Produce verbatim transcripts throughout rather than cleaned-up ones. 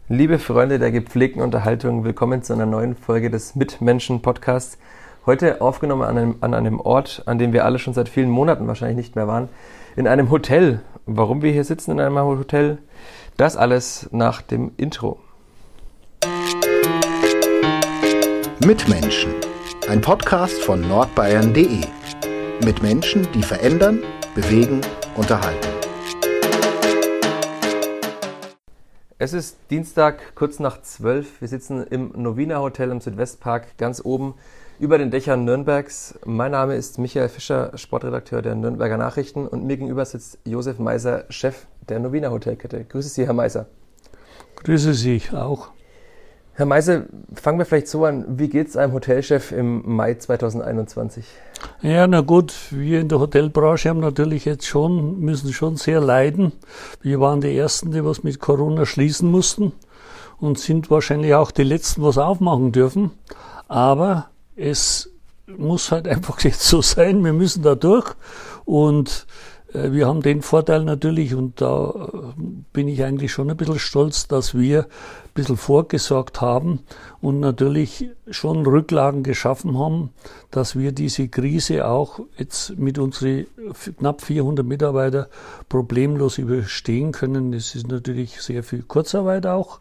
Liebe Freunde der gepflegten Unterhaltung, willkommen zu einer neuen Folge des Mitmenschen-Podcasts. Heute aufgenommen an einem, an einem Ort, an dem wir alle schon seit vielen Monaten wahrscheinlich nicht mehr waren, in einem Hotel. Warum wir hier sitzen in einem Hotel, das alles nach dem Intro. Mitmenschen, ein Podcast von nordbayern punkt de. Mit Menschen, die verändern, bewegen, unterhalten. Es ist Dienstag, kurz nach zwölf. Wir sitzen im Novina Hotel im Südwestpark, ganz oben über den Dächern Nürnbergs. Mein Name ist Michael Fischer, Sportredakteur der Nürnberger Nachrichten, und mir gegenüber sitzt Josef Meiser, Chef der Novina Hotelkette. Grüße Sie, Herr Meiser. Grüße Sie auch. Herr Meiser, fangen wir vielleicht so an. Wie geht es einem Hotelchef im Mai zweitausendeinundzwanzig? Ja, na gut, wir in der Hotelbranche haben natürlich jetzt schon, müssen schon sehr leiden. Wir waren die Ersten, die was mit Corona schließen mussten und sind wahrscheinlich auch die Letzten, was aufmachen dürfen. Aber es muss halt einfach jetzt so sein, wir müssen da durch, und äh, wir haben den Vorteil natürlich, und da äh, bin ich eigentlich schon ein bisschen stolz, dass wir ein bisschen vorgesorgt haben und natürlich schon Rücklagen geschaffen haben, dass wir diese Krise auch jetzt mit unseren knapp vierhundert Mitarbeitern problemlos überstehen können. Es ist natürlich sehr viel Kurzarbeit auch,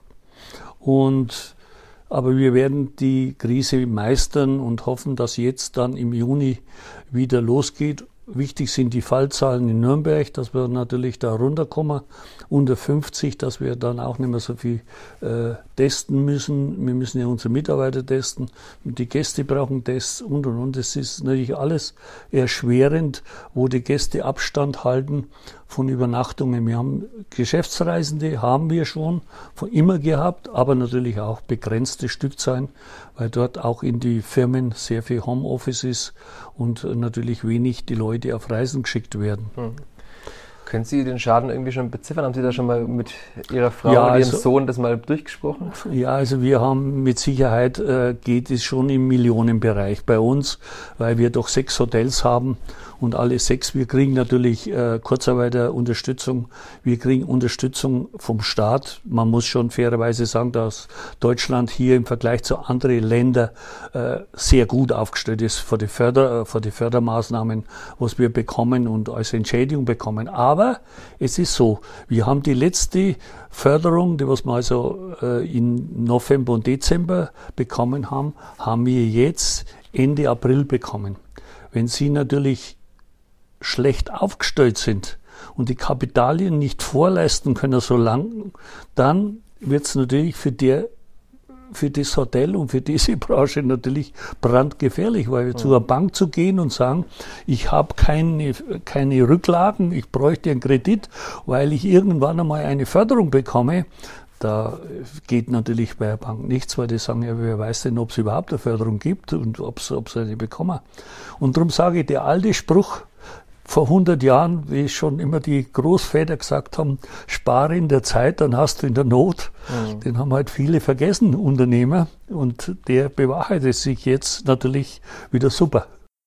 und aber wir werden die Krise meistern und hoffen, dass jetzt dann im Juni wieder losgeht. Wichtig sind die Fallzahlen in Nürnberg, dass wir natürlich da runterkommen, unter fünfzig, dass wir dann auch nicht mehr so viel äh, testen müssen. Wir müssen ja unsere Mitarbeiter testen, die Gäste brauchen Tests und und und. Das ist natürlich alles erschwerend, wo die Gäste Abstand halten von Übernachtungen. Wir haben Geschäftsreisende, haben wir schon von immer gehabt, aber natürlich auch begrenzte Stückzahlen, weil dort auch in die Firmen sehr viel Homeoffice ist und natürlich wenig die Leute auf Reisen geschickt werden. Hm. Können Sie den Schaden irgendwie schon beziffern? Haben Sie da schon mal mit Ihrer Frau ja, und Ihrem also, Sohn das mal durchgesprochen? Ja, also wir haben mit Sicherheit, äh, geht es schon im Millionenbereich bei uns, weil wir doch sechs Hotels haben. Und alle sechs, wir kriegen natürlich äh, Kurzarbeiterunterstützung, wir kriegen Unterstützung vom Staat. Man muss schon fairerweise sagen, dass Deutschland hier im Vergleich zu anderen Ländern äh, sehr gut aufgestellt ist für die, Förder, äh, für die Fördermaßnahmen, was wir bekommen und als Entschädigung bekommen. Aber es ist so, wir haben die letzte Förderung, die was wir also äh, im November und Dezember bekommen haben, haben wir jetzt Ende April bekommen. Wenn Sie natürlich schlecht aufgestellt sind und die Kapitalien nicht vorleisten können so lang, dann wird es natürlich für, der, für das Hotel und für diese Branche natürlich brandgefährlich, weil ja. zur Bank zu gehen und sagen, ich habe keine, keine Rücklagen, ich bräuchte einen Kredit, weil ich irgendwann einmal eine Förderung bekomme. Da geht natürlich bei der Bank nichts, weil die sagen, ja, wer weiß denn, ob es überhaupt eine Förderung gibt und ob sie eine bekommen. Und darum sage ich, der alte Spruch vor hundert Jahren, wie schon immer die Großväter gesagt haben, spare in der Zeit, dann hast du in der Not. Mhm. Den haben halt viele vergessen, Unternehmer, und der bewahrheitet sich jetzt natürlich wieder super.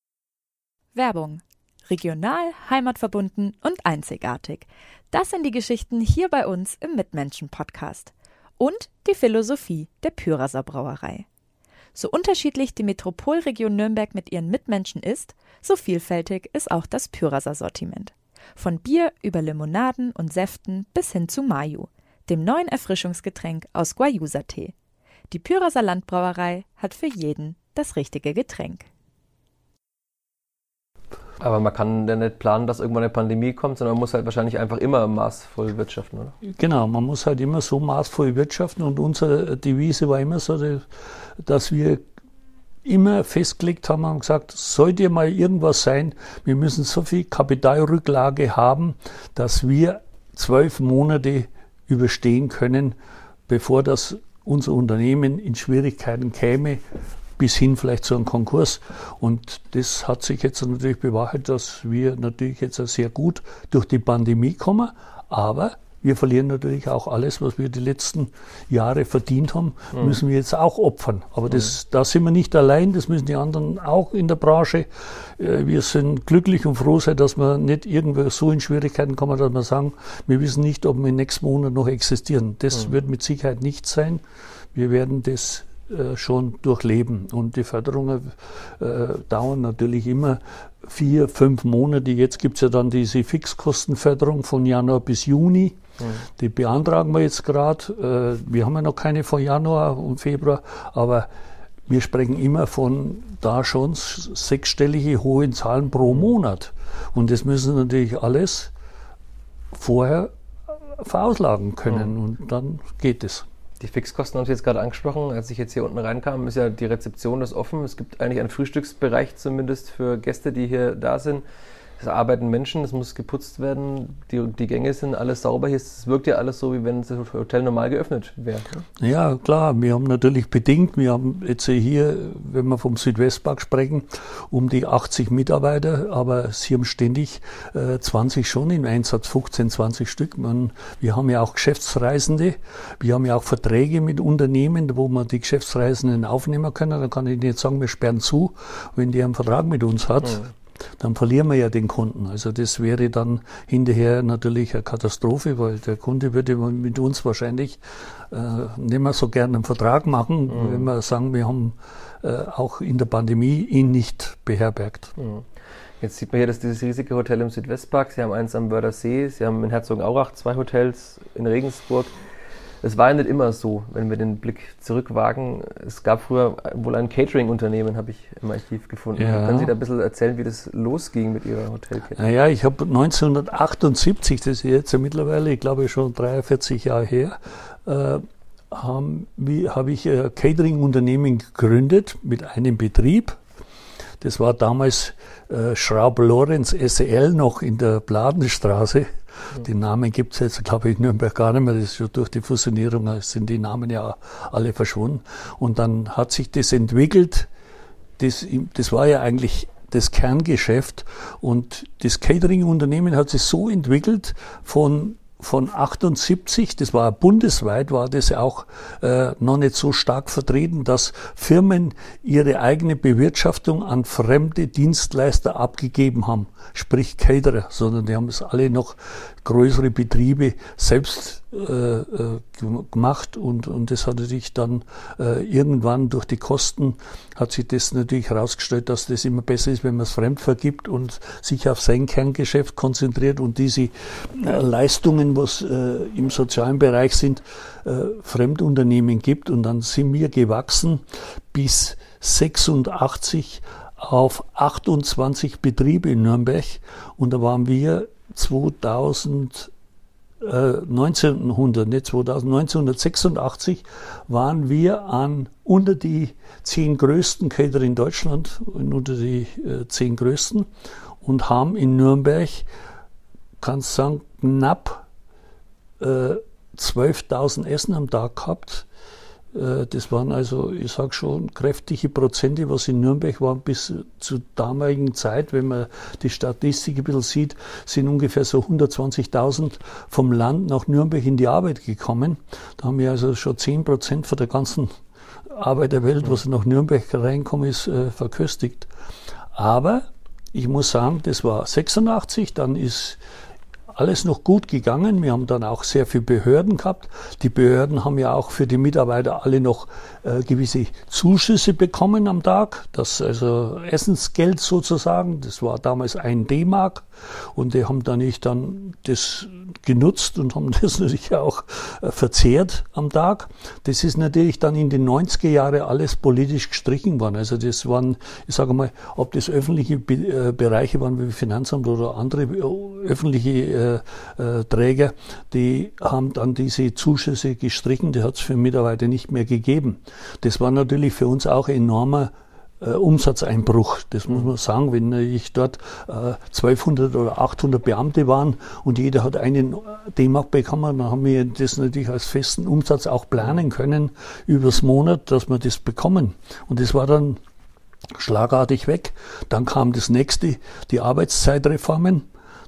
Werbung. Regional, heimatverbunden und einzigartig. Das sind die Geschichten hier bei uns im Mitmenschen-Podcast. Und die Philosophie der Pyraser Brauerei. So unterschiedlich die Metropolregion Nürnberg mit ihren Mitmenschen ist, so vielfältig ist auch das Pyraser Sortiment. Von Bier über Limonaden und Säften bis hin zu Mayu, dem neuen Erfrischungsgetränk aus Guayusa-Tee. Die Pyraser Landbrauerei hat für jeden das richtige Getränk. Aber man kann ja nicht planen, dass irgendwann eine Pandemie kommt, sondern man muss halt wahrscheinlich einfach immer maßvoll wirtschaften, oder? Genau, man muss halt immer so maßvoll wirtschaften, und unsere Devise war immer so, dass wir immer festgelegt haben und gesagt, sollte mal irgendwas sein, wir müssen so viel Kapitalrücklage haben, dass wir zwölf Monate überstehen können, bevor das unser Unternehmen in Schwierigkeiten käme, bis hin vielleicht zu einem Konkurs. Und das hat sich jetzt natürlich bewahrheitet, dass wir natürlich jetzt sehr gut durch die Pandemie kommen, aber wir verlieren natürlich auch alles, was wir die letzten Jahre verdient haben, mhm. müssen wir jetzt auch opfern. Aber das, mhm. da sind wir nicht allein, das müssen die anderen auch in der Branche. Wir sind glücklich und froh sein, dass wir nicht irgendwo so in Schwierigkeiten kommen, dass wir sagen, wir wissen nicht, ob wir im nächsten Monat noch existieren. Das mhm. wird mit Sicherheit nicht sein. Wir werden das äh, schon durchleben. Und die Förderungen äh, dauern natürlich immer vier, fünf Monate. Jetzt gibt es ja dann diese Fixkostenförderung von Januar bis Juni. Mhm. Die beantragen wir jetzt gerade. Äh, wir haben ja noch keine von Januar und Februar, aber wir sprechen immer von da schon sechsstellige hohen Zahlen pro Monat. Und das müssen natürlich alles vorher verauslagen können. Mhm. Und dann geht es. Die Fixkosten haben Sie jetzt gerade angesprochen. Als ich jetzt hier unten reinkam, ist ja die Rezeption ist offen. Es gibt eigentlich einen Frühstücksbereich zumindest für Gäste, die hier da sind. Es arbeiten Menschen, es muss geputzt werden, die, die Gänge sind alles sauber. Hier es wirkt ja alles so, wie wenn das Hotel normal geöffnet wäre. Ja, klar, wir haben natürlich bedingt, wir haben jetzt hier, wenn wir vom Südwestpark sprechen, um die achtzig Mitarbeiter, aber sie haben ständig äh, zwanzig schon im Einsatz, fünfzehn, zwanzig Stück. Man, wir haben ja auch Geschäftsreisende, wir haben ja auch Verträge mit Unternehmen, wo man die Geschäftsreisenden aufnehmen können. Da kann ich nicht sagen, wir sperren zu, wenn der einen Vertrag mit uns hat. Mhm. Dann verlieren wir ja den Kunden. Also das wäre dann hinterher natürlich eine Katastrophe, weil der Kunde würde mit uns wahrscheinlich äh, nicht mehr so gerne einen Vertrag machen, mhm. wenn wir sagen, wir haben äh, auch in der Pandemie ihn nicht beherbergt. Mhm. Jetzt sieht man hier, dass dieses riesige Hotel im Südwestpark, Sie haben eins am Wörthersee, Sie haben in Herzogenaurach zwei Hotels, in Regensburg. Es war ja nicht immer so, wenn wir den Blick zurückwagen. Es gab früher wohl ein Catering-Unternehmen, habe ich im Archiv gefunden. Ja. Können Sie da ein bisschen erzählen, wie das losging mit Ihrer Hotelkette? Naja, ich habe neunzehnhundertachtundsiebzig, das ist jetzt ja mittlerweile, ich glaube schon dreiundvierzig Jahre her, äh, habe hab ich ein Catering-Unternehmen gegründet mit einem Betrieb. Das war damals äh, Schraub-Lorenz S L noch in der Bladenstraße. Den Namen gibt es jetzt, glaube ich, in Nürnberg gar nicht mehr. Das ist schon durch die Fusionierung, sind die Namen ja alle verschwunden. Und dann hat sich das entwickelt. Das, das war ja eigentlich das Kerngeschäft. Und das Catering-Unternehmen hat sich so entwickelt von Von achtundsiebzig, das war bundesweit, war das auch äh, noch nicht so stark vertreten, dass Firmen ihre eigene Bewirtschaftung an fremde Dienstleister abgegeben haben, sprich Caterer, sondern die haben es alle noch größere Betriebe selbst äh, äh, gemacht und, und das hat natürlich dann äh, irgendwann durch die Kosten hat sich das natürlich herausgestellt, dass das immer besser ist, wenn man es fremd vergibt und sich auf sein Kerngeschäft konzentriert und diese äh, Leistungen, was äh, im sozialen Bereich sind, äh, Fremdunternehmen gibt. Und dann sind wir gewachsen bis sechsundachtzig auf achtundzwanzig Betriebe in Nürnberg und da waren wir zweitausend, äh, neunzehnhundert, nicht zweitausend, neunzehnhundertsechsundachtzig waren wir an unter die zehn größten Caterer in Deutschland, unter die äh, zehn größten und haben in Nürnberg, kannst sagen, knapp äh, zwölftausend Essen am Tag gehabt. Das waren also, ich sage schon, kräftige Prozente, was in Nürnberg waren bis zur damaligen Zeit, wenn man die Statistik ein bisschen sieht, sind ungefähr so hundertzwanzigtausend vom Land nach Nürnberg in die Arbeit gekommen. Da haben wir also schon zehn Prozent von der ganzen Arbeit der Welt, was nach Nürnberg reinkommen ist, äh, verköstigt. Aber ich muss sagen, das war sechsundachtzig, dann ist alles noch gut gegangen. Wir haben dann auch sehr viele Behörden gehabt. Die Behörden haben ja auch für die Mitarbeiter alle noch äh, gewisse Zuschüsse bekommen am Tag. Das also Essensgeld sozusagen. Das war damals ein D-Mark. Und die haben dann nicht dann das genutzt und haben das natürlich auch äh, verzehrt am Tag. Das ist natürlich dann in den neunziger Jahren alles politisch gestrichen worden. Also das waren, ich sage mal, ob das öffentliche Be äh, Bereiche waren wie Finanzamt oder andere äh, öffentliche äh, Äh, Träger, die haben dann diese Zuschüsse gestrichen, die hat es für Mitarbeiter nicht mehr gegeben. Das war natürlich für uns auch ein enormer äh, Umsatzeinbruch, das muss man sagen, wenn ich dort äh, zwölfhundert oder achthundert Beamte waren und jeder hat einen D-Mark bekommen, dann haben wir das natürlich als festen Umsatz auch planen können übers Monat, dass wir das bekommen. Und das war dann schlagartig weg. Dann kam das nächste, die Arbeitszeitreformen.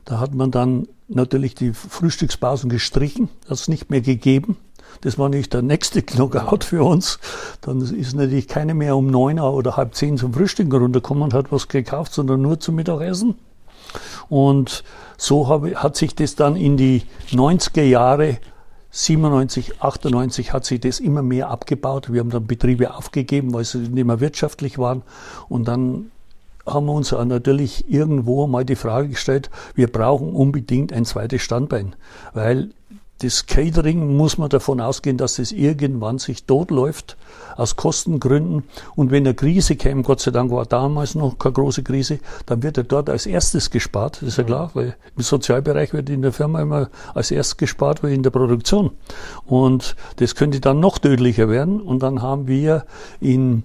Da hat man dann natürlich die Frühstückspausen gestrichen, hat es nicht mehr gegeben. Das war nicht der nächste Knockout für uns. Dann ist natürlich keiner mehr um neun oder halb zehn zum Frühstück runtergekommen und hat was gekauft, sondern nur zum Mittagessen. Und so habe, hat sich das dann in die neunziger Jahre, siebenundneunzig, achtundneunzig, hat sich das immer mehr abgebaut. Wir haben dann Betriebe aufgegeben, weil sie nicht mehr wirtschaftlich waren. Und dann haben wir uns natürlich irgendwo mal die Frage gestellt, wir brauchen unbedingt ein zweites Standbein, weil das Catering muss man davon ausgehen, dass es irgendwann sich totläuft, aus Kostengründen. Und wenn eine Krise käme, Gott sei Dank war damals noch keine große Krise, dann wird er dort als erstes gespart, das ist ja klar, weil im Sozialbereich wird in der Firma immer als erstes gespart, wie in der Produktion. Und das könnte dann noch tödlicher werden. Und dann haben wir in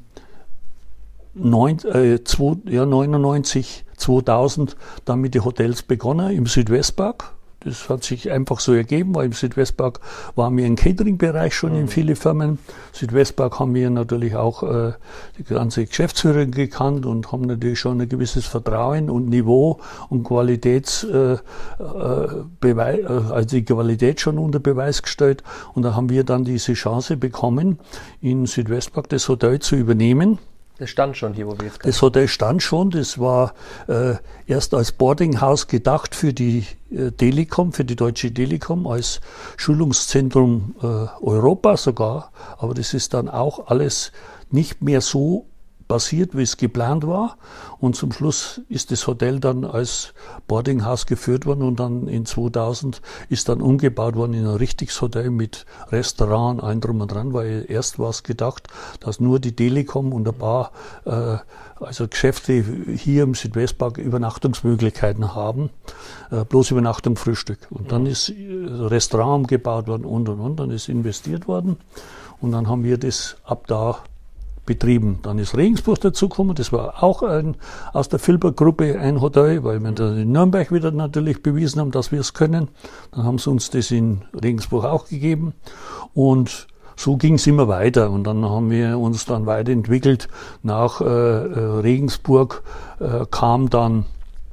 neun, äh, zwei, ja, neunundneunzig, zweitausend dann mit den Hotels begonnen im Südwestpark. Das hat sich einfach so ergeben, weil im Südwestpark waren wir im Catering-Bereich schon mhm. in viele Firmen. Südwestpark haben wir natürlich auch äh, die ganze Geschäftsführer gekannt und haben natürlich schon ein gewisses Vertrauen und Niveau und Qualitäts, äh, äh, Beweis, also die Qualität schon unter Beweis gestellt. Und da haben wir dann diese Chance bekommen, in Südwestpark das Hotel zu übernehmen. Das stand schon hier, wo wir jetzt Das Hotel stand schon, das war äh, erst als Boardinghaus gedacht für die äh, Telekom, für die Deutsche Telekom, als Schulungszentrum äh, Europa sogar, aber das ist dann auch alles nicht mehr so passiert, wie es geplant war, und zum Schluss ist das Hotel dann als Boardinghaus geführt worden und dann in zweitausend ist dann umgebaut worden in ein richtiges Hotel mit Restaurant, allem drum und dran, weil erst war es gedacht, dass nur die Telekom und ein paar äh, also Geschäfte hier im Südwestpark Übernachtungsmöglichkeiten haben, äh, bloß Übernachtung, Frühstück. Und dann ist ein Restaurant umgebaut worden und und und, dann ist investiert worden und dann haben wir das ab da betrieben. Dann ist Regensburg dazugekommen, das war auch ein, aus der Filber-Gruppe ein Hotel, weil wir dann in Nürnberg wieder natürlich bewiesen haben, dass wir es können. Dann haben sie uns das in Regensburg auch gegeben und so ging es immer weiter und dann haben wir uns dann weiterentwickelt. Nach äh, Regensburg äh, kam dann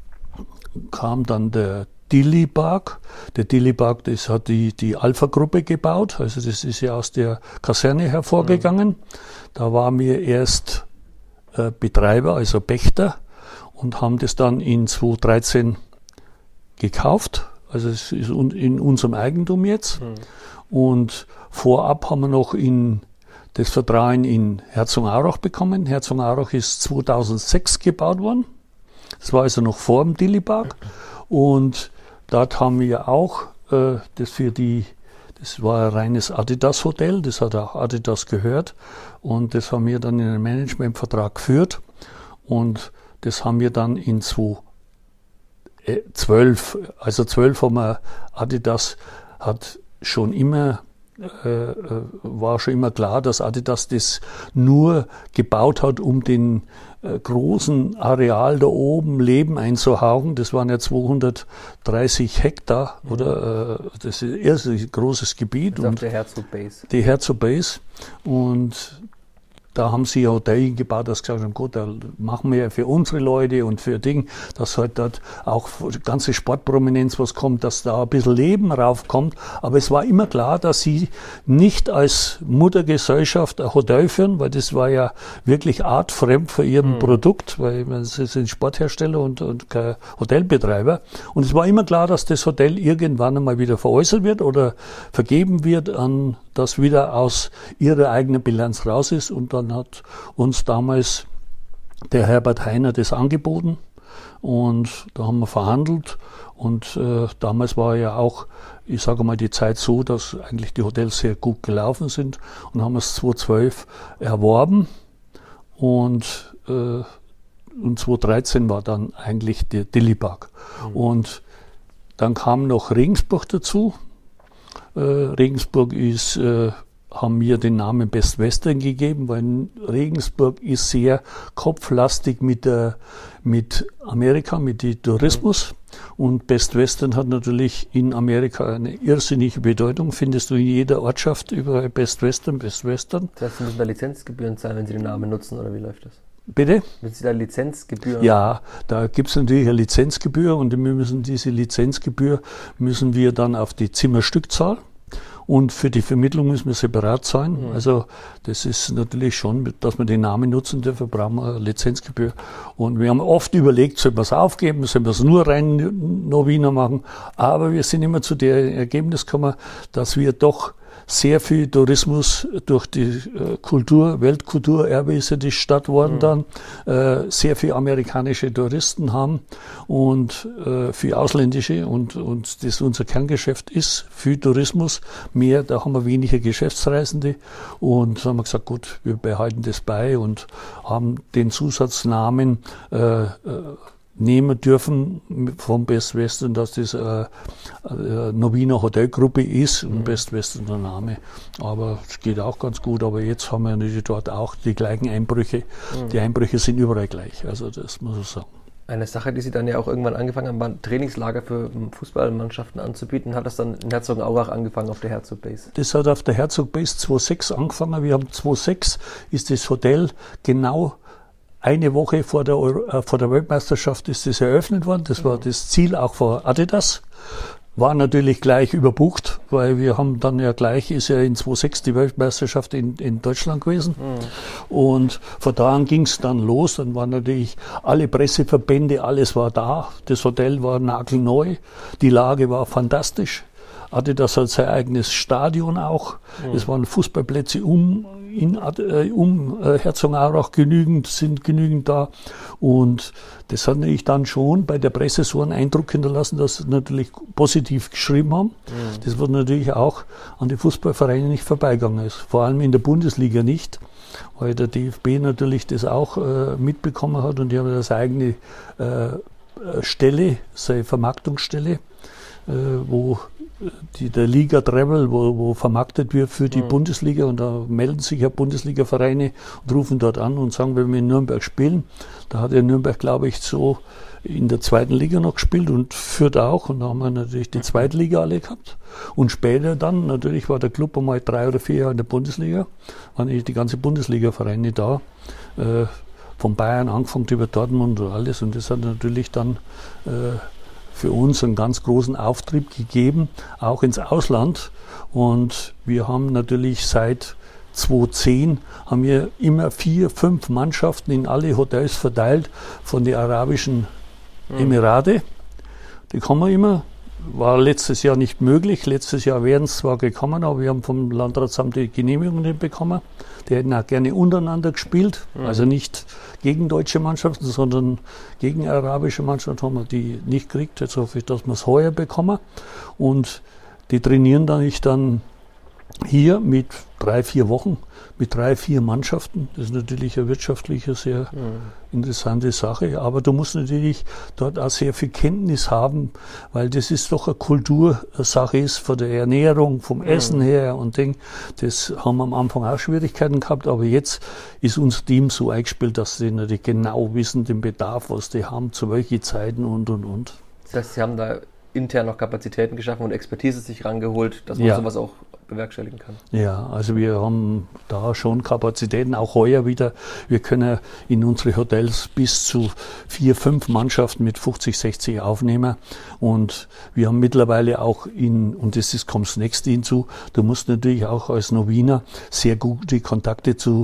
kam dann der Dilipark. Der Dilipark, das hat die, die Alpha-Gruppe gebaut, also das ist ja aus der Kaserne hervorgegangen. Mhm. Da waren wir erst äh, Betreiber, also Pächter, und haben das dann in zweitausenddreizehn gekauft. Also es ist in unserem Eigentum jetzt. Mhm. Und vorab haben wir noch in das Vertrauen in Herzogenaurach bekommen. Herzogenaurach ist zweitausendsechs gebaut worden. Das war also noch vor dem Dilipark. Und dort haben wir auch äh, das für die, das war ein reines Adidas-Hotel, das hat auch Adidas gehört. Und das haben wir dann in einen Managementvertrag geführt. Und das haben wir dann in zweitausendzwölf, also zwölf haben wir, Adidas hat schon immer, äh, war schon immer klar, dass Adidas das nur gebaut hat, um den äh, großen Areal da oben Leben einzuhauchen. Das waren ja zweihundertdreißig Hektar, mhm. oder? Äh, das ist ein großes Gebiet. Das ist und der Herzog Base. Die Herzog Base. Und da haben sie ein Hotel gebaut, das gesagt haben, gut, da machen wir ja für unsere Leute und für Dinge, dass halt dort auch die ganze Sportprominenz was kommt, dass da ein bisschen Leben raufkommt. Aber es war immer klar, dass sie nicht als Muttergesellschaft ein Hotel führen, weil das war ja wirklich artfremd für ihrem mhm. Produkt, weil sie sind Sporthersteller und, und kein Hotelbetreiber. Und es war immer klar, dass das Hotel irgendwann einmal wieder veräußert wird oder vergeben wird an das wieder aus ihrer eigenen Bilanz raus ist. Und dann hat uns damals der Herbert Heiner das angeboten und da haben wir verhandelt. Und äh, damals war ja auch, ich sage mal, die Zeit so, dass eigentlich die Hotels sehr gut gelaufen sind und haben es zweitausendzwölf erworben. Und, äh, und zweitausenddreizehn war dann eigentlich der Dilipark. Mhm. Und dann kam noch Regensburg dazu. Äh, Regensburg ist, äh, haben wir den Namen Best Western gegeben, weil Regensburg ist sehr kopflastig mit, der, mit Amerika, mit dem Tourismus. Und Best Western hat natürlich in Amerika eine irrsinnige Bedeutung. Findest du in jeder Ortschaft überall Best Western, Best Western. Das heißt, müssen da Lizenzgebühren zahlen, wenn Sie den Namen nutzen, oder wie läuft das? Bitte? Mit der Lizenzgebühr? Ja, da gibt es natürlich eine Lizenzgebühr und wir müssen diese Lizenzgebühr müssen wir dann auf die Zimmerstückzahl und für die Vermittlung müssen wir separat zahlen. Mhm. Also das ist natürlich schon, dass wir den Namen nutzen dürfen, brauchen wir eine Lizenzgebühr. Und wir haben oft überlegt, sollen wir es aufgeben, sollen wir es nur rein Novena machen, aber wir sind immer zu dem Ergebnis gekommen, dass wir doch sehr viel Tourismus durch die äh, Kultur, Weltkulturerbe ist ja die Stadt worden mhm. dann, äh, sehr viel amerikanische Touristen haben und äh, viel ausländische und, und das unser Kerngeschäft ist, viel Tourismus, mehr, da haben wir weniger Geschäftsreisende und so haben wir gesagt, gut, wir behalten das bei und haben den Zusatznamen äh, äh, nehmen dürfen vom Best Western, dass das äh, äh, Novena Hotelgruppe ist, ein mhm. Best Western der Name. Aber es geht auch ganz gut, aber jetzt haben wir natürlich dort auch die gleichen Einbrüche. Mhm. Die Einbrüche sind überall gleich, also das muss ich sagen. Eine Sache, die Sie dann ja auch irgendwann angefangen haben, war Trainingslager für Fußballmannschaften anzubieten. Hat das dann in Herzogenaurach angefangen auf der Herzog Base? Das hat auf der Herzog Base zweitausendsechs angefangen. Wir haben zweitausendsechs ist das Hotel genau eine Woche vor der, Euro, äh, vor der Weltmeisterschaft ist das eröffnet worden. Das war das Ziel auch von Adidas. War natürlich gleich überbucht, weil wir haben dann ja gleich, ist ja in zweitausendsechs die Weltmeisterschaft in, in Deutschland gewesen. Mhm. Und von da an ging es dann los. Dann waren natürlich alle Presseverbände, alles war da. Das Hotel war nagelneu. Die Lage war fantastisch. Adidas hat sein eigenes Stadion auch. Mhm. Es waren Fußballplätze um, in, äh, um äh, Herzogenaurach genügend, sind genügend da. Und das hat natürlich dann schon bei der Presse so einen Eindruck hinterlassen, dass sie natürlich positiv geschrieben haben. Mhm. Das wird natürlich auch an die Fußballvereine nicht vorbeigegangen ist. Vor allem in der Bundesliga nicht, weil der D F B natürlich das auch äh, mitbekommen hat und die haben das eigene äh, Stelle, seine Vermarktungsstelle, äh, wo Die, der Liga Travel, wo, wo vermarktet wird für die mhm. Bundesliga und da melden sich ja Bundesliga-Vereine und rufen dort an und sagen, wenn wir in Nürnberg spielen, da hat ja Nürnberg, glaube ich, so in der zweiten Liga noch gespielt und Fürth auch und da haben wir natürlich die zweite Liga alle gehabt und später dann, natürlich war der Club einmal drei oder vier Jahre in der Bundesliga, waren eigentlich die ganze Bundesliga-Vereine da, äh, von Bayern angefangen über Dortmund und alles und das hat natürlich dann äh, für uns einen ganz großen Auftrieb gegeben, auch ins Ausland. Und wir haben natürlich seit zweitausendzehn haben wir immer vier, fünf Mannschaften in alle Hotels verteilt von den Arabischen Emirate. Die kommen immer. War letztes Jahr nicht möglich. Letztes Jahr wären es zwar gekommen, aber wir haben vom Landratsamt die Genehmigung nicht bekommen. Die hätten auch gerne untereinander gespielt. Mhm. Also nicht gegen deutsche Mannschaften, sondern gegen arabische Mannschaften haben wir die nicht gekriegt. Jetzt hoffe ich, dass wir es heuer bekommen. Und die trainieren dann ich dann hier mit drei, vier Wochen, mit drei, vier Mannschaften. Das ist natürlich eine wirtschaftliche sehr mhm. interessante Sache. Aber du musst natürlich dort auch sehr viel Kenntnis haben, weil das ist doch eine Kultursache ist von der Ernährung, vom mhm. Essen her und Ding. Das haben wir am Anfang auch Schwierigkeiten gehabt, aber jetzt ist unser Team so eingespielt, dass sie natürlich genau wissen, den Bedarf, was die haben, zu welchen Zeiten und, und, und. Das heißt, Sie haben da intern noch Kapazitäten geschaffen und Expertise sich rangeholt, dass man ja. sowas auch bewerkstelligen kann. Ja, also wir haben da schon Kapazitäten, auch heuer wieder. Wir können in unsere Hotels bis zu vier, fünf Mannschaften mit fünfzig, sechzig aufnehmen und wir haben mittlerweile auch in, und das ist, kommt das nächste hinzu, du musst natürlich auch als Novena sehr gute Kontakte zu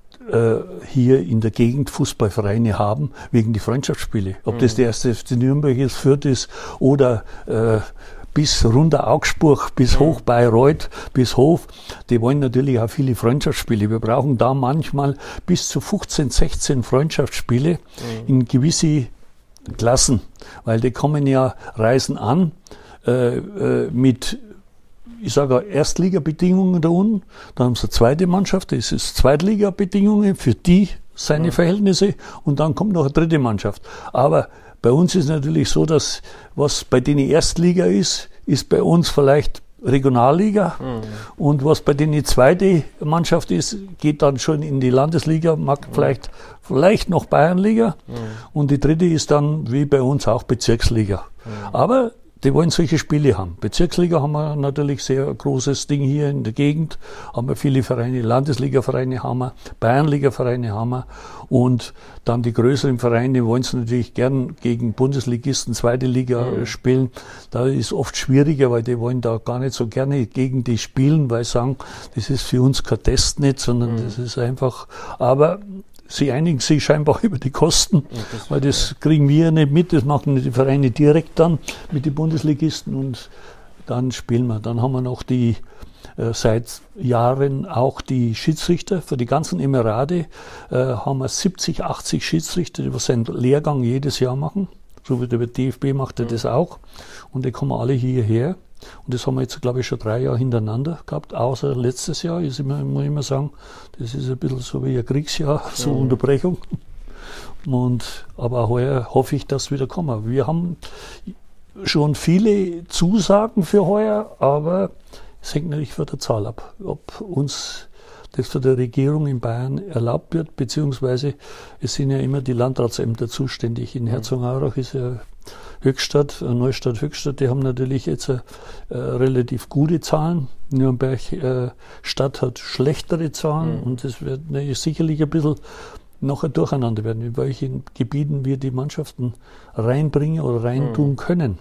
hier in der Gegend Fußballvereine haben, wegen die Freundschaftsspiele. Ob mhm. das der erste F C Nürnberg ist, Fürth ist oder äh, bis runter Augsburg, bis hoch Bayreuth, bis Hof, die wollen natürlich auch viele Freundschaftsspiele. Wir brauchen da manchmal bis zu fünfzehn, sechzehn Freundschaftsspiele mhm. in gewisse Klassen, weil die kommen ja, reisen an äh, äh, mit ich sage Erstliga-Bedingungen da unten, dann haben sie eine zweite Mannschaft, das ist Zweitliga-Bedingungen für die, seine ja. Verhältnisse und dann kommt noch eine dritte Mannschaft. Aber bei uns ist natürlich so, dass was bei denen Erstliga ist, ist bei uns vielleicht Regionalliga mhm. und was bei denen die zweite Mannschaft ist, geht dann schon in die Landesliga, mag mhm. vielleicht, vielleicht noch Bayernliga mhm. und die dritte ist dann wie bei uns auch Bezirksliga. Mhm. Aber die wollen solche Spiele haben. Bezirksliga haben wir natürlich sehr großes Ding hier in der Gegend, haben wir viele Vereine, Landesliga-Vereine haben wir, Bayernliga-Vereine haben wir und dann die größeren Vereine wollen es natürlich gern gegen Bundesligisten, zweite Liga mhm. spielen. Da ist oft schwieriger, weil die wollen da gar nicht so gerne gegen die spielen, weil sie sagen, das ist für uns kein Test nicht, sondern mhm. das ist einfach, aber sie einigen sich scheinbar über die Kosten, das weil das kriegen wir nicht mit, das machen die Vereine direkt dann mit den Bundesligisten und dann spielen wir. Dann haben wir noch die äh, seit Jahren auch die Schiedsrichter für die ganzen Emirate, äh, haben wir siebzig, achtzig Schiedsrichter, die seinen Lehrgang jedes Jahr machen, so wie der D F B macht er das auch und die kommen alle hierher. Und das haben wir jetzt, glaube ich, schon drei Jahre hintereinander gehabt, außer letztes Jahr, ist immer, muss ich immer sagen, das ist ein bisschen so wie ein Kriegsjahr, so mhm. Unterbrechung. Und, aber heuer hoffe ich, dass wieder kommen. Wir haben schon viele Zusagen für heuer, aber es hängt natürlich von der Zahl ab, ob uns das von der Regierung in Bayern erlaubt wird, beziehungsweise es sind ja immer die Landratsämter zuständig. In Herzogenaurach ist ja Höchstadt, Neustadt Höchstadt, die haben natürlich jetzt äh, relativ gute Zahlen. Nürnberg äh, Stadt hat schlechtere Zahlen mhm. und es wird ne, sicherlich ein bisschen noch ein Durcheinander werden, in welchen Gebieten wir die Mannschaften reinbringen oder reintun mhm. können.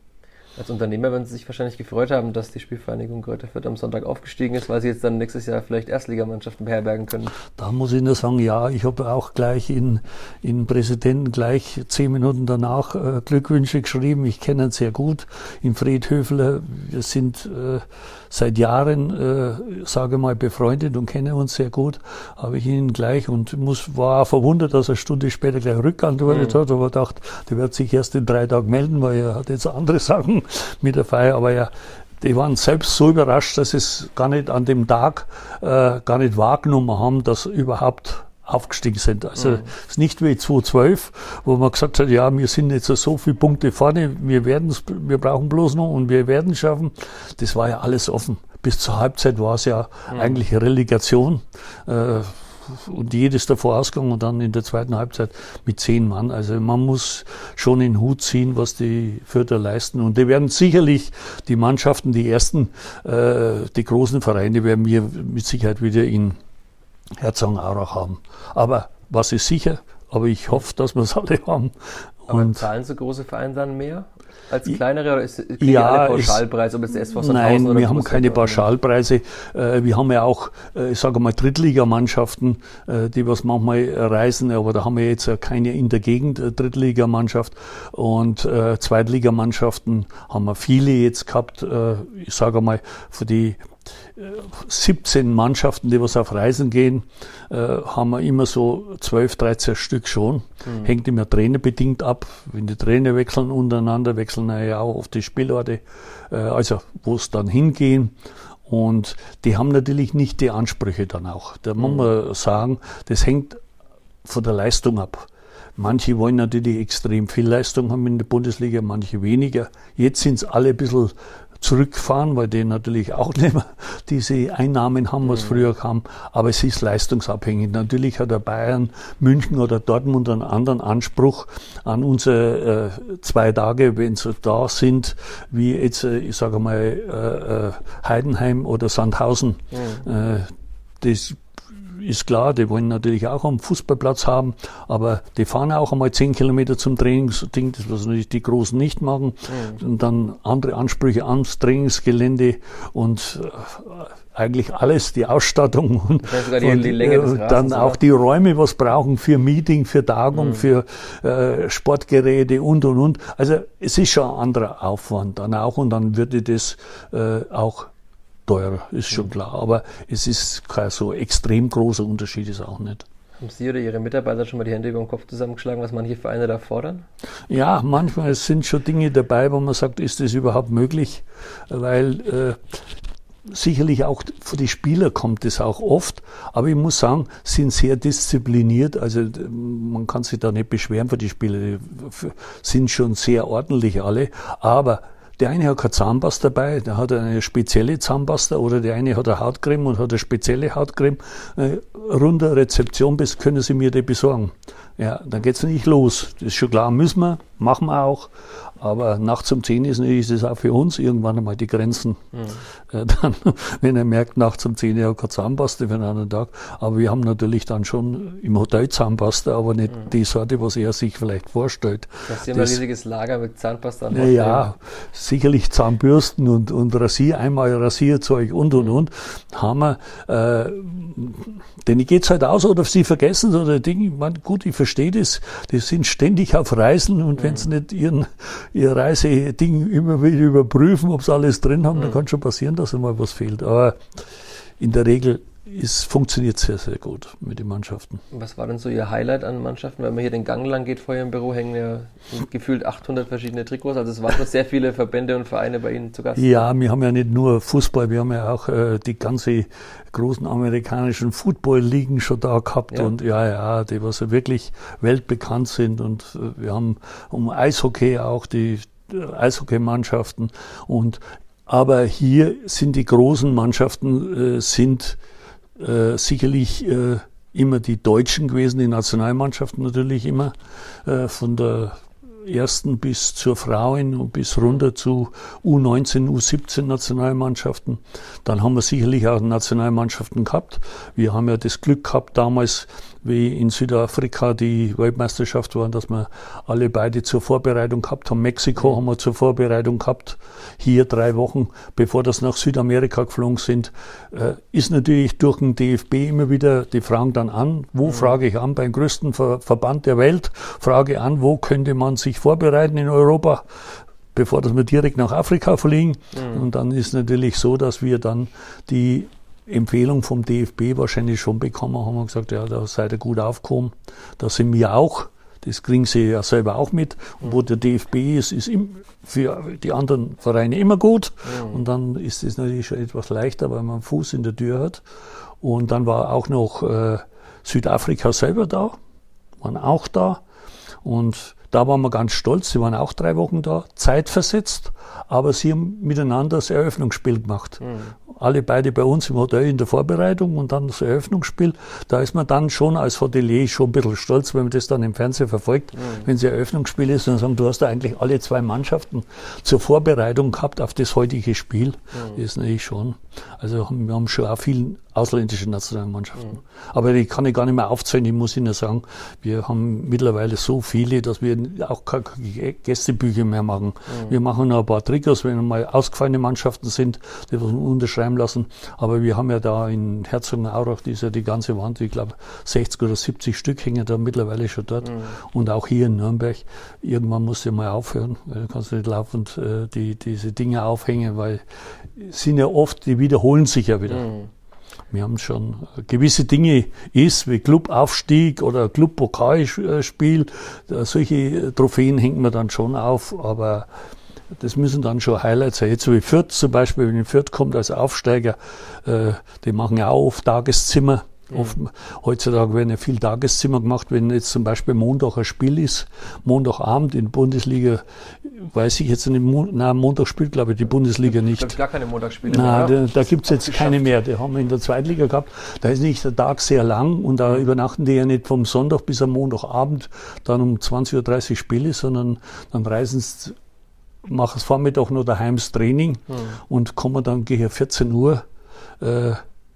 Als Unternehmer werden Sie sich wahrscheinlich gefreut haben, dass die Spielvereinigung Greuther Fürth am Sonntag aufgestiegen ist, weil Sie jetzt dann nächstes Jahr vielleicht Erstligamannschaften beherbergen können. Da muss ich nur sagen, ja, ich habe auch gleich in, in Präsidenten gleich zehn Minuten danach äh, Glückwünsche geschrieben. Ich kenne ihn sehr gut, in Fred Höfler. Wir sind äh, seit Jahren, äh, sage mal, befreundet und kennen uns sehr gut. Habe ich ihn gleich und muss, war auch verwundert, dass er eine Stunde später gleich rückantwortet mhm. hat, aber dachte, der wird sich erst in drei Tagen melden, weil er hat jetzt andere Sachen mit der Feier, aber ja, die waren selbst so überrascht, dass sie es gar nicht an dem Tag äh, gar nicht wahrgenommen haben, dass überhaupt aufgestiegen sind. Also mhm. es ist nicht wie zweitausendzwölf, wo man gesagt hat, ja, wir sind jetzt so viele Punkte vorne, wir werden's, wir brauchen bloß noch und wir werden es schaffen. Das war ja alles offen. Bis zur Halbzeit war es ja mhm. eigentlich Relegation. Äh, und jedes davor ausgegangen und dann in der zweiten Halbzeit mit zehn Mann. Also man muss schon in den Hut ziehen, was die Fürther leisten. Und die werden sicherlich, die Mannschaften, die ersten, äh, die großen Vereine werden wir mit Sicherheit wieder in Herzogenaurach haben. Aber was ist sicher? Aber ich hoffe, dass wir es alle haben. Aber und zahlen so große Vereine dann mehr als kleinere oder ist kriegen ja, alle Pauschalpreis, ob es der S V Sandhausen nein, oder wir haben keine Pauschalpreise. Wir haben ja auch, ich sage mal, Drittligamannschaften, die was manchmal reisen, aber da haben wir jetzt keine in der Gegend Drittligamannschaft und Zweitligamannschaften haben wir viele jetzt gehabt. Ich sage mal, für die siebzehn Mannschaften, die was auf Reisen gehen, äh, haben wir immer so zwölf, dreizehn Stück schon. Mhm. Hängt immer trainerbedingt ab. Wenn die Trainer wechseln untereinander, wechseln ja auch auf die Spielorte, äh, also wo es dann hingehen. Und die haben natürlich nicht die Ansprüche dann auch. Da mhm. muss man sagen, das hängt von der Leistung ab. Manche wollen natürlich extrem viel Leistung haben in der Bundesliga, manche weniger. Jetzt sind es alle ein bisschen zurückfahren, weil die natürlich auch nicht mehr diese Einnahmen haben, was früher kam. Aber es ist leistungsabhängig. Natürlich hat der Bayern, München oder Dortmund einen anderen Anspruch an unsere äh, zwei Tage, wenn sie da sind, wie jetzt, äh, ich sage mal, äh, Heidenheim oder Sandhausen. Mhm. Äh, das ist klar, die wollen natürlich auch einen Fußballplatz haben, aber die fahren auch einmal zehn Kilometer zum Trainingsding, das was natürlich die Großen nicht machen. Mhm. Und dann andere Ansprüche ans Trainingsgelände und äh, eigentlich alles, die Ausstattung und, die, die Länge des Rasens, dann auch oder? Die Räume, was brauchen für Meeting, für Tagung, mhm. für äh, Sportgeräte und und und. Also es ist schon ein anderer Aufwand dann auch und dann würde das äh, auch teurer, ist schon klar. Aber es ist kein so extrem großer Unterschied, ist auch nicht. Haben Sie oder Ihre Mitarbeiter schon mal die Hände über den Kopf zusammengeschlagen, was manche Vereine da fordern? Ja, manchmal sind schon Dinge dabei, wo man sagt, ist das überhaupt möglich? Weil äh, sicherlich auch für die Spieler kommt es auch oft, aber ich muss sagen, sind sehr diszipliniert, also man kann sich da nicht beschweren für die Spieler, die sind schon sehr ordentlich alle, aber der eine hat keine Zahnpasta dabei, der hat eine spezielle Zahnpasta oder der eine hat eine Hautcreme und hat eine spezielle Hautcreme. Äh, runter Rezeption bis können Sie mir die besorgen. Ja, dann geht es nicht los. Das ist schon klar, müssen wir, machen wir auch. Aber nachts um zehn ist natürlich, ist das auch für uns irgendwann einmal die Grenzen. Mhm. Äh, dann, wenn er merkt, nachts um zehn Uhr keine Zahnpasta für einen anderen Tag. Aber wir haben natürlich dann schon im Hotel Zahnpasta, aber nicht mhm. die Sorte, was er sich vielleicht vorstellt. Das ist ja ein riesiges Lager mit Zahnpasta. Ja, ja, sicherlich Zahnbürsten und, und Rasier, einmal Rasierzeug und, und, und. Haben wir, äh, denen geht's halt aus, oder sie vergessen es oder Dinge. Ich meine, gut, ich verstehe das. Die sind ständig auf Reisen und mhm. wenn sie nicht ihren, ihr Reiseding immer wieder überprüfen, ob sie alles drin haben, mhm. dann kann schon passieren, dass einmal was fehlt. Aber in der Regel ist, funktioniert sehr, sehr gut mit den Mannschaften. Was war denn so Ihr Highlight an Mannschaften? Wenn man hier den Gang lang geht vor Ihrem Büro, hängen ja gefühlt achthundert verschiedene Trikots. Also es waren doch sehr viele Verbände und Vereine bei Ihnen zu Gast. Ja, wir haben ja nicht nur Fußball, wir haben ja auch äh, die ganze großen amerikanischen Football-Ligen schon da gehabt. Ja. Und ja, ja, die was ja wirklich weltbekannt sind. Und äh, wir haben um Eishockey auch die äh, Eishockeymannschaften. Und aber hier sind die großen Mannschaften äh, sind Äh, sicherlich äh, immer die Deutschen gewesen, die Nationalmannschaften natürlich immer, äh, von der ersten bis zur Frauen und bis runter zu U neunzehn, U siebzehn Nationalmannschaften. Dann haben wir sicherlich auch Nationalmannschaften gehabt. Wir haben ja das Glück gehabt damals, wie in Südafrika die Weltmeisterschaft war, dass wir alle beide zur Vorbereitung gehabt haben. Mexiko haben wir zur Vorbereitung gehabt. Hier drei Wochen, bevor das nach Südamerika geflogen sind, äh, ist natürlich durch den D F B immer wieder, die fragen dann an, wo mhm. frage ich an, beim größten Ver- Verband der Welt, frage an, wo könnte man sich vorbereiten in Europa, bevor dass wir direkt nach Afrika fliegen. Mhm. Und dann ist natürlich so, dass wir dann die Empfehlung vom D F B wahrscheinlich schon bekommen haben und gesagt, ja, da seid ihr gut aufgekommen. Da sind wir auch. Das kriegen sie ja selber auch mit. Und wo der D F B ist, ist für die anderen Vereine immer gut. Mhm. Und dann ist es natürlich schon etwas leichter, weil man einen Fuß in der Tür hat. Und dann war auch noch äh, Südafrika selber da, waren auch da. Und da waren wir ganz stolz. Sie waren auch drei Wochen da, zeitversetzt. Aber sie haben miteinander das Eröffnungsspiel gemacht. Mhm. Alle beide bei uns im Hotel in der Vorbereitung und dann das Eröffnungsspiel. Da ist man dann schon als Hotelier schon ein bisschen stolz, wenn man das dann im Fernsehen verfolgt. Mhm. Wenn es Eröffnungsspiel ist, dann sagen, du hast da eigentlich alle zwei Mannschaften zur Vorbereitung gehabt auf das heutige Spiel. Mhm. Das ist natürlich schon. Also wir haben schon auch viele ausländische Nationalmannschaften. Mhm. Aber die kann ich gar nicht mehr aufzählen. Ich muss Ihnen sagen, wir haben mittlerweile so viele, dass wir auch keine Gästebücher mehr machen. Mhm. Wir machen noch ein paar Trikots, wenn mal ausgefallene Mannschaften sind, die wir unterschreiben lassen. Aber wir haben ja da in Herzogenaurach, die ist ja die ganze Wand, ich glaube sechzig oder siebzig Stück hängen da mittlerweile schon dort. Mhm. Und auch hier in Nürnberg. Irgendwann muss ja mal aufhören, weil du kannst nicht laufend äh, die, diese Dinge aufhängen, weil sind ja oft, die wiederholen sich ja wieder. Mhm. Wir haben schon gewisse Dinge ist, wie Clubaufstieg oder Clubpokalspiel, solche Trophäen hängen wir dann schon auf, aber das müssen dann schon Highlights sein. Jetzt so wie Fürth zum Beispiel, wenn Fürth kommt als Aufsteiger, äh, die machen ja auch oft Tageszimmer. Mhm. Oft, heutzutage werden ja viel Tageszimmer gemacht, wenn jetzt zum Beispiel Montag ein Spiel ist, Montagabend in der Bundesliga, weiß ich jetzt nicht, nein, Montag spielt glaube ich die Bundesliga nicht. Es gibt gar keine Montagsspiele mehr. Nein, da, da gibt es jetzt keine mehr, die haben wir in der Zweitliga gehabt, da ist nicht der Tag sehr lang und da übernachten die ja nicht vom Sonntag bis am Montagabend dann um zwanzig Uhr dreißig Spiele, sondern dann reisen sie, machen es Vormittag noch daheim das Training mhm. und kommen dann gegen vierzehn Uhr äh,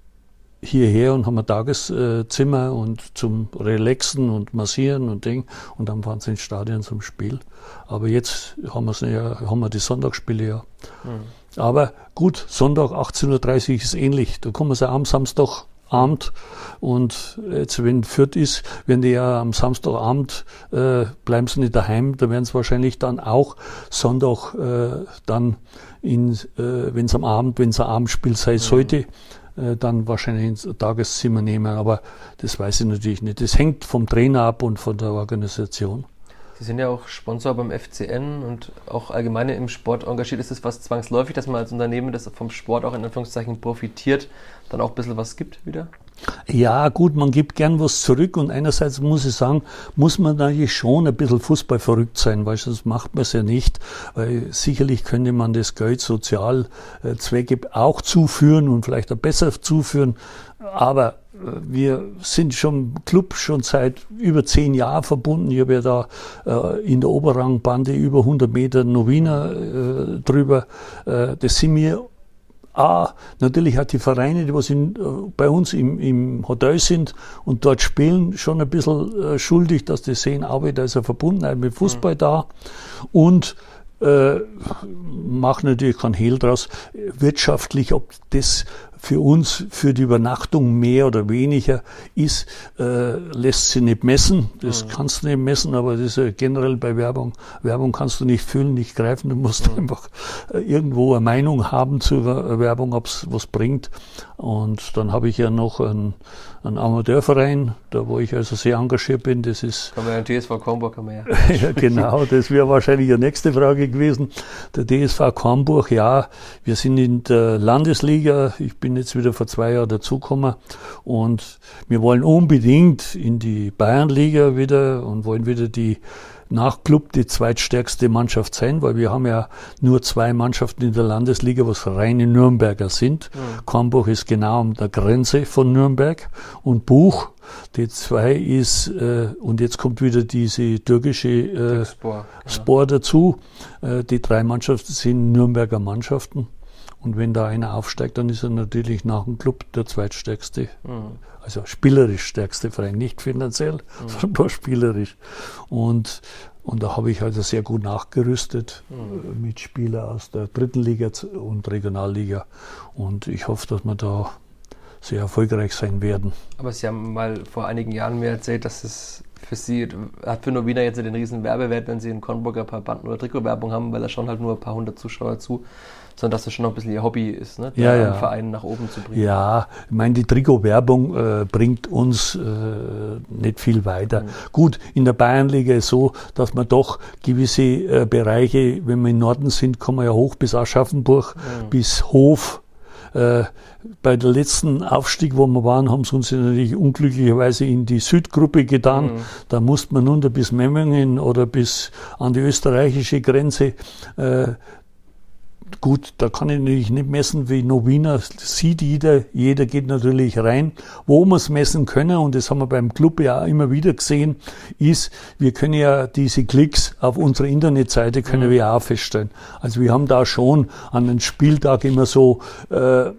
hierher und haben ein Tageszimmer und zum Relaxen und Massieren und Ding und dann fahren sie ins Stadion zum Spiel. Aber jetzt haben, wir's ja, haben wir die Sonntagsspiele ja. Mhm. Aber gut, Sonntag achtzehn Uhr dreißig ist ähnlich. Da kommen sie am Samstagabend und jetzt, wenn Fürth ist, wenn die ja am Samstagabend äh, bleiben sie nicht daheim, da werden sie wahrscheinlich dann auch Sonntag äh, dann, in, äh, wenn es am Abend, wenn es ein Abendspiel sein sollte, mhm. dann wahrscheinlich ins Tageszimmer nehmen, aber das weiß ich natürlich nicht. Das hängt vom Trainer ab und von der Organisation. Sie sind ja auch Sponsor beim F C N und auch allgemein im Sport engagiert. Ist es was zwangsläufig, dass man als Unternehmen, das vom Sport auch in Anführungszeichen profitiert, dann auch ein bisschen was gibt wieder? Ja, gut, man gibt gern was zurück und einerseits muss ich sagen, muss man natürlich schon ein bisschen Fußball verrückt sein, weil sonst macht man es ja nicht, weil sicherlich könnte man das Geld Sozialzwecke auch zuführen und vielleicht auch besser zuführen, aber wir sind schon Club schon seit über zehn Jahren verbunden. Ich habe ja da äh, in der Oberrangbande über hundert Meter Novena äh, drüber. Äh, das sind mir Ah, natürlich hat die Vereine, die was in, äh, bei uns im, im Hotel sind und dort spielen, schon ein bisschen äh, schuldig, dass die sehen, auch da ist eine Verbundenheit mit Fußball mhm. da und äh, machen natürlich keinen Hehl draus. Wirtschaftlich, ob das für uns, für die Übernachtung mehr oder weniger ist, äh, lässt sich nicht messen. Das mhm. kannst du nicht messen, aber das ist ja generell bei Werbung. Werbung kannst du nicht fühlen, nicht greifen. Du musst mhm. einfach äh, irgendwo eine Meinung haben zur Werbung, ob es was bringt. Und dann habe ich ja noch einen, einen Amateurverein, da wo ich also sehr engagiert bin. Das ist. Kann man ja den D S V Kornburg, kann man ja. Ja, genau, das wäre wahrscheinlich die nächste Frage gewesen. Der D S V Kornburg, ja, wir sind in der Landesliga. Ich bin jetzt wieder vor zwei Jahren dazugekommen und wir wollen unbedingt in die Bayernliga wieder und wollen wieder die nach Club die zweitstärkste Mannschaft sein, weil wir haben ja nur zwei Mannschaften in der Landesliga, was reine Nürnberger sind. Mhm. Kornburg ist genau an der Grenze von Nürnberg und Buch, die zwei ist, äh, und jetzt kommt wieder diese türkische äh, Spor, ja. Spor dazu. Äh, die drei Mannschaften sind Nürnberger Mannschaften. Und wenn da einer aufsteigt, dann ist er natürlich nach dem Club der zweitstärkste, mhm. also spielerisch stärkste Verein, nicht finanziell, mhm. sondern nur spielerisch. Und, und da habe ich also sehr gut nachgerüstet mhm. mit Spielern aus der dritten Liga und Regionalliga. Und ich hoffe, dass wir da sehr erfolgreich sein werden. Aber Sie haben mal vor einigen Jahren mir erzählt, dass es für Sie, hat für Novena jetzt den riesen Werbewert, wenn Sie in Kornburg ein paar Banden- oder Trikotwerbung haben, weil da schauen halt nur ein paar hundert Zuschauer zu, sondern dass das schon noch ein bisschen Ihr Hobby ist, ne? Ja, ja. Den Verein nach oben zu bringen. Ja, ich meine, die Trikotwerbung äh, bringt uns äh, nicht viel weiter. Mhm. Gut, in der Bayernliga ist so, dass man doch gewisse äh, Bereiche, wenn wir im Norden sind, kommen wir ja hoch bis Aschaffenburg, mhm. bis Hof. Äh, bei der letzten Aufstieg, wo wir waren, haben sie uns natürlich unglücklicherweise in die Südgruppe getan. Mhm. Da musste man runter bis Memmingen oder bis an die österreichische Grenze. Äh, Gut, da kann ich natürlich nicht messen wie Novena, sieht jeder, jeder geht natürlich rein. Wo wir es messen können, und das haben wir beim Club ja immer wieder gesehen, ist, wir können ja diese Klicks auf unserer Internetseite können mhm. wir auch feststellen. Also wir haben da schon an einem Spieltag immer so äh,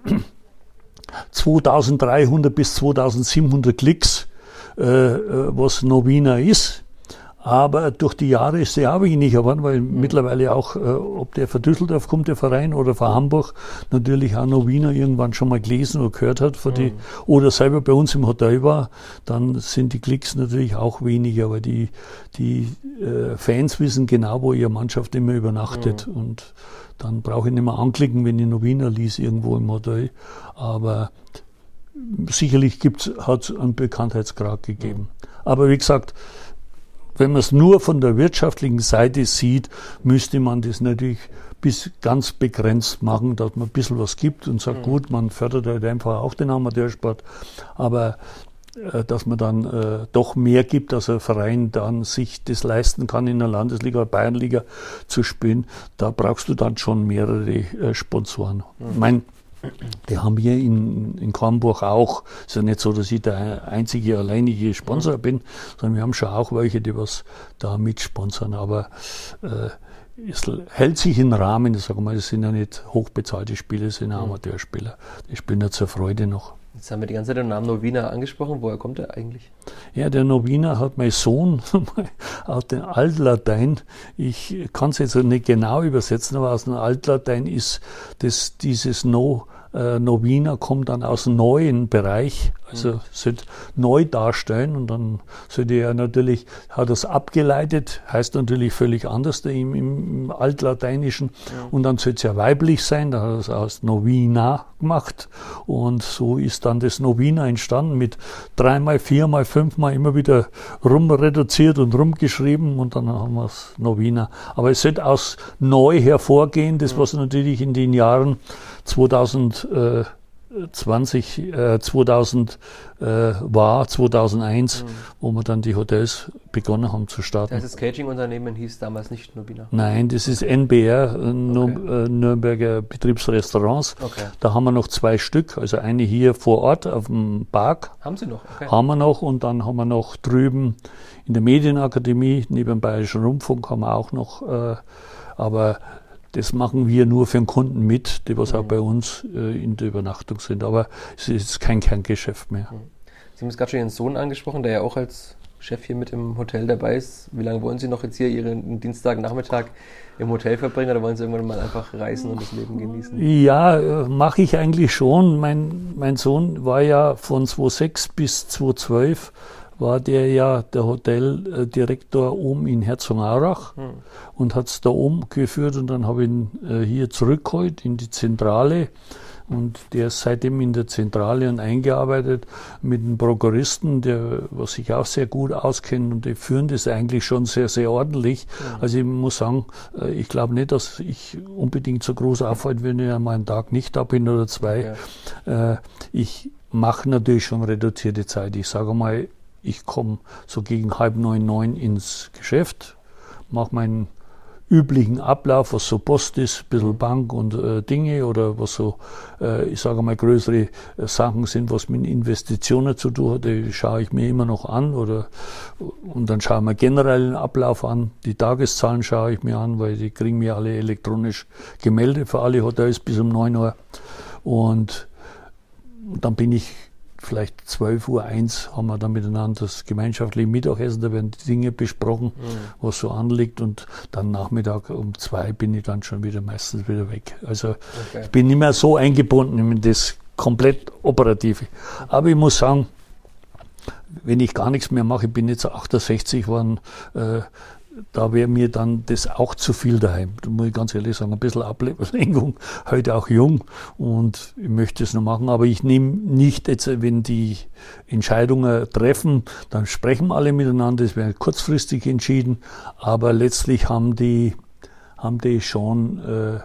zweitausenddreihundert bis zweitausendsiebenhundert Klicks, äh, was Novena ist. Aber durch die Jahre ist sie auch weniger geworden, weil mhm. mittlerweile auch, äh, ob der von Düsseldorf kommt, der Verein, oder von Hamburg, natürlich auch Novena irgendwann schon mal gelesen oder gehört hat, von mhm. die, oder selber bei uns im Hotel war, dann sind die Klicks natürlich auch weniger, weil die, die äh, Fans wissen genau, wo ihre Mannschaft immer übernachtet. Mhm. Und dann brauche ich nicht mehr anklicken, wenn ich Novena lese irgendwo im Hotel. Aber sicherlich gibt's, hat es einen Bekanntheitsgrad gegeben. Mhm. Aber wie gesagt, wenn man es nur von der wirtschaftlichen Seite sieht, müsste man das natürlich bis ganz begrenzt machen, dass man ein bisschen was gibt und sagt, mhm. gut, man fördert halt einfach auch den Amateursport, aber äh, dass man dann äh, doch mehr gibt, dass ein Verein dann sich das leisten kann, in der Landesliga oder Bayernliga zu spielen, da brauchst du dann schon mehrere äh, Sponsoren. Mhm. Ich meine, die haben wir in, in Kornburg auch. Es ist ja nicht so, dass ich der einzige, alleinige Sponsor mhm. bin, sondern wir haben schon auch welche, die was da mitsponsern. Aber äh, es hält sich im Rahmen. Ich sage mal, es sind ja nicht hochbezahlte Spieler, es sind ja Amateurspieler. Die spielen ja zur Freude noch. Jetzt haben wir die ganze Zeit den Namen Novena angesprochen. Woher kommt der eigentlich? Ja, der Novena hat mein Sohn aus dem Altlatein, ich kann es jetzt nicht genau übersetzen, aber aus dem Altlatein ist das, dieses No, äh, Novena kommt dann aus dem neuen Bereich, also mhm. sollte neu darstellen, und dann sollte er natürlich, hat das abgeleitet, heißt natürlich völlig anders im, im Altlateinischen, ja. Und dann sollte es ja weiblich sein, da hat er es aus Novena gemacht, und so ist dann das Novena entstanden, mit dreimal, viermal, fünfmal immer wieder rumreduziert und rumgeschrieben, und dann haben wir es Novena. Aber es sollte aus neu hervorgehen, das was natürlich in den Jahren zweitausend zwanzig, äh, zweitausend äh, war, zweitausendeins, mhm. wo wir dann die Hotels begonnen haben zu starten. Das heißt, das Catering-Unternehmen hieß damals nicht Nobina? Nein, das ist N B R, okay. Nürnberger Betriebsrestaurants. Okay. Da haben wir noch zwei Stück, also eine hier vor Ort auf dem Park. Haben Sie noch? Okay. Haben wir noch, und dann haben wir noch drüben in der Medienakademie, neben dem Bayerischen Rundfunk haben wir auch noch, äh, aber das machen wir nur für den Kunden mit, die was mhm. auch bei uns äh, in der Übernachtung sind. Aber es ist kein Kerngeschäft mehr. Sie haben jetzt gerade schon Ihren Sohn angesprochen, der ja auch als Chef hier mit im Hotel dabei ist. Wie lange wollen Sie noch jetzt hier Ihren Dienstagnachmittag im Hotel verbringen, oder wollen Sie irgendwann mal einfach reisen und das Leben genießen? Ja, mache ich eigentlich schon. Mein, mein Sohn war ja von zweitausendsechs bis zweitausendzwölf war der ja der Hoteldirektor oben in Herzogenaurach hm. und hat es da oben geführt, und dann habe ich ihn äh, hier zurückgeholt in die Zentrale, und der ist seitdem in der Zentrale und eingearbeitet mit einem Prokuristen, der was sich auch sehr gut auskennt, und die führen das eigentlich schon sehr, sehr ordentlich. Mhm. Also ich muss sagen, äh, ich glaube nicht, dass ich unbedingt so groß auffällt, wenn ich einmal einen Tag nicht da bin oder zwei. Ja. Äh, ich mache natürlich schon reduzierte Zeit. Ich sage mal, ich komme so gegen halb neun, neun ins Geschäft, mache meinen üblichen Ablauf, was so Post ist, ein bisschen Bank und äh, Dinge, oder was so, äh, ich sage mal, größere äh, Sachen sind, was mit Investitionen zu tun hat, die schaue ich mir immer noch an, oder und dann schaue ich mir generell den Ablauf an, die Tageszahlen schaue ich mir an, weil die kriegen mir alle elektronisch gemeldet für alle Hotels bis um neun Uhr, und dann bin ich vielleicht zwölf Uhr eins haben wir dann miteinander das gemeinschaftliche Mittagessen, da werden die Dinge besprochen, mhm. was so anliegt, und dann Nachmittag um zwei bin ich dann schon wieder meistens wieder weg. Also okay. Ich bin nicht mehr so eingebunden in das komplett Operative. Aber ich muss sagen, wenn ich gar nichts mehr mache, ich bin jetzt achtundsechzig geworden, äh, da wäre mir dann das auch zu viel daheim. Da muss ich ganz ehrlich sagen, ein bisschen Ablenkung, heute auch jung, und ich möchte es noch machen, aber ich nehme nicht jetzt, wenn die Entscheidungen treffen, dann sprechen wir alle miteinander, das wäre kurzfristig entschieden, aber letztlich haben die, haben die schon äh,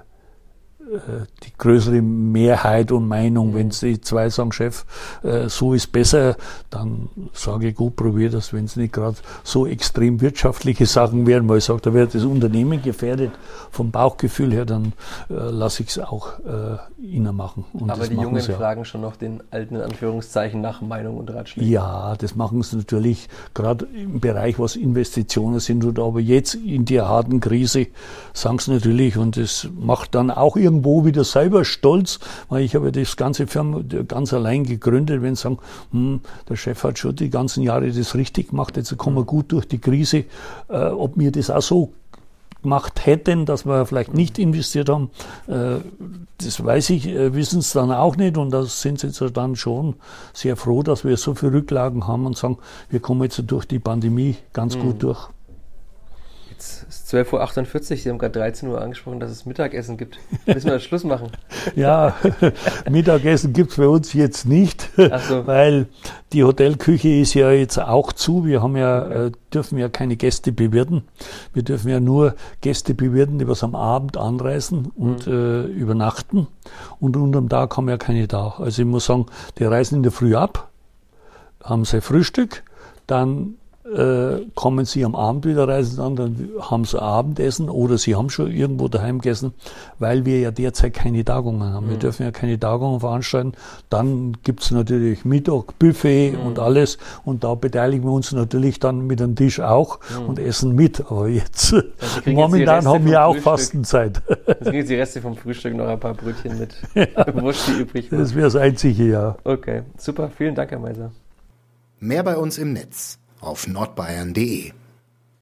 die größere Mehrheit und Meinung. Mhm. Wenn die zwei sagen, Chef, äh, so ist besser, dann sage ich, gut, probier das, wenn es nicht gerade so extrem wirtschaftliche Sachen wären, weil ich sage, da wird das Unternehmen gefährdet vom Bauchgefühl her, dann äh, lasse ich es auch äh, ihnen machen. Und aber die Jungen fragen schon noch den alten, in Anführungszeichen, nach Meinung und Ratschlägen. Ja, das machen sie natürlich, gerade im Bereich, was Investitionen sind, oder aber jetzt in der harten Krise sagen sie natürlich, und das macht dann auch irgendwo wieder selber stolz, weil ich habe das ganze Firma ganz allein gegründet, wenn sie sagen, hm, der Chef hat schon die ganzen Jahre das richtig gemacht, jetzt kommen wir gut durch die Krise, äh, ob wir das auch so gemacht hätten, dass wir vielleicht nicht investiert haben, äh, das weiß ich, äh, wissen es dann auch nicht, und da sind sie jetzt dann schon sehr froh, dass wir so viele Rücklagen haben und sagen, wir kommen jetzt durch die Pandemie ganz mhm. gut durch. Jetzt ist zwölf Uhr achtundvierzig, Sie haben gerade dreizehn Uhr angesprochen, dass es Mittagessen gibt. Müssen wir Schluss machen? Ja, Mittagessen gibt es bei uns jetzt nicht, Ach so. Weil die Hotelküche ist ja jetzt auch zu. Wir haben ja, äh, dürfen ja keine Gäste bewirten. Wir dürfen ja nur Gäste bewirten, die was am Abend anreisen und mhm. äh, übernachten. Und unterm Tag haben wir ja keine da. Also ich muss sagen, die reisen in der Früh ab, haben sein Frühstück, dann Äh, kommen sie am Abend wieder reisen an, dann haben sie Abendessen, oder sie haben schon irgendwo daheim gegessen, weil wir ja derzeit keine Tagungen haben. Mhm. Wir dürfen ja keine Tagungen veranstalten. Dann gibt's natürlich Mittag, Buffet mhm. und alles, und da beteiligen wir uns natürlich dann mit dem Tisch auch mhm. und essen mit. Aber jetzt, also momentan haben wir auch Fastenzeit. Jetzt kriegen jetzt die Reste vom Frühstück, noch ein paar Brötchen mit ja, Wurst, die übrig waren. Das wäre das Einzige, ja. Okay, super, vielen Dank, Herr Meiser. Mehr bei uns im Netz auf nordbayern punkt de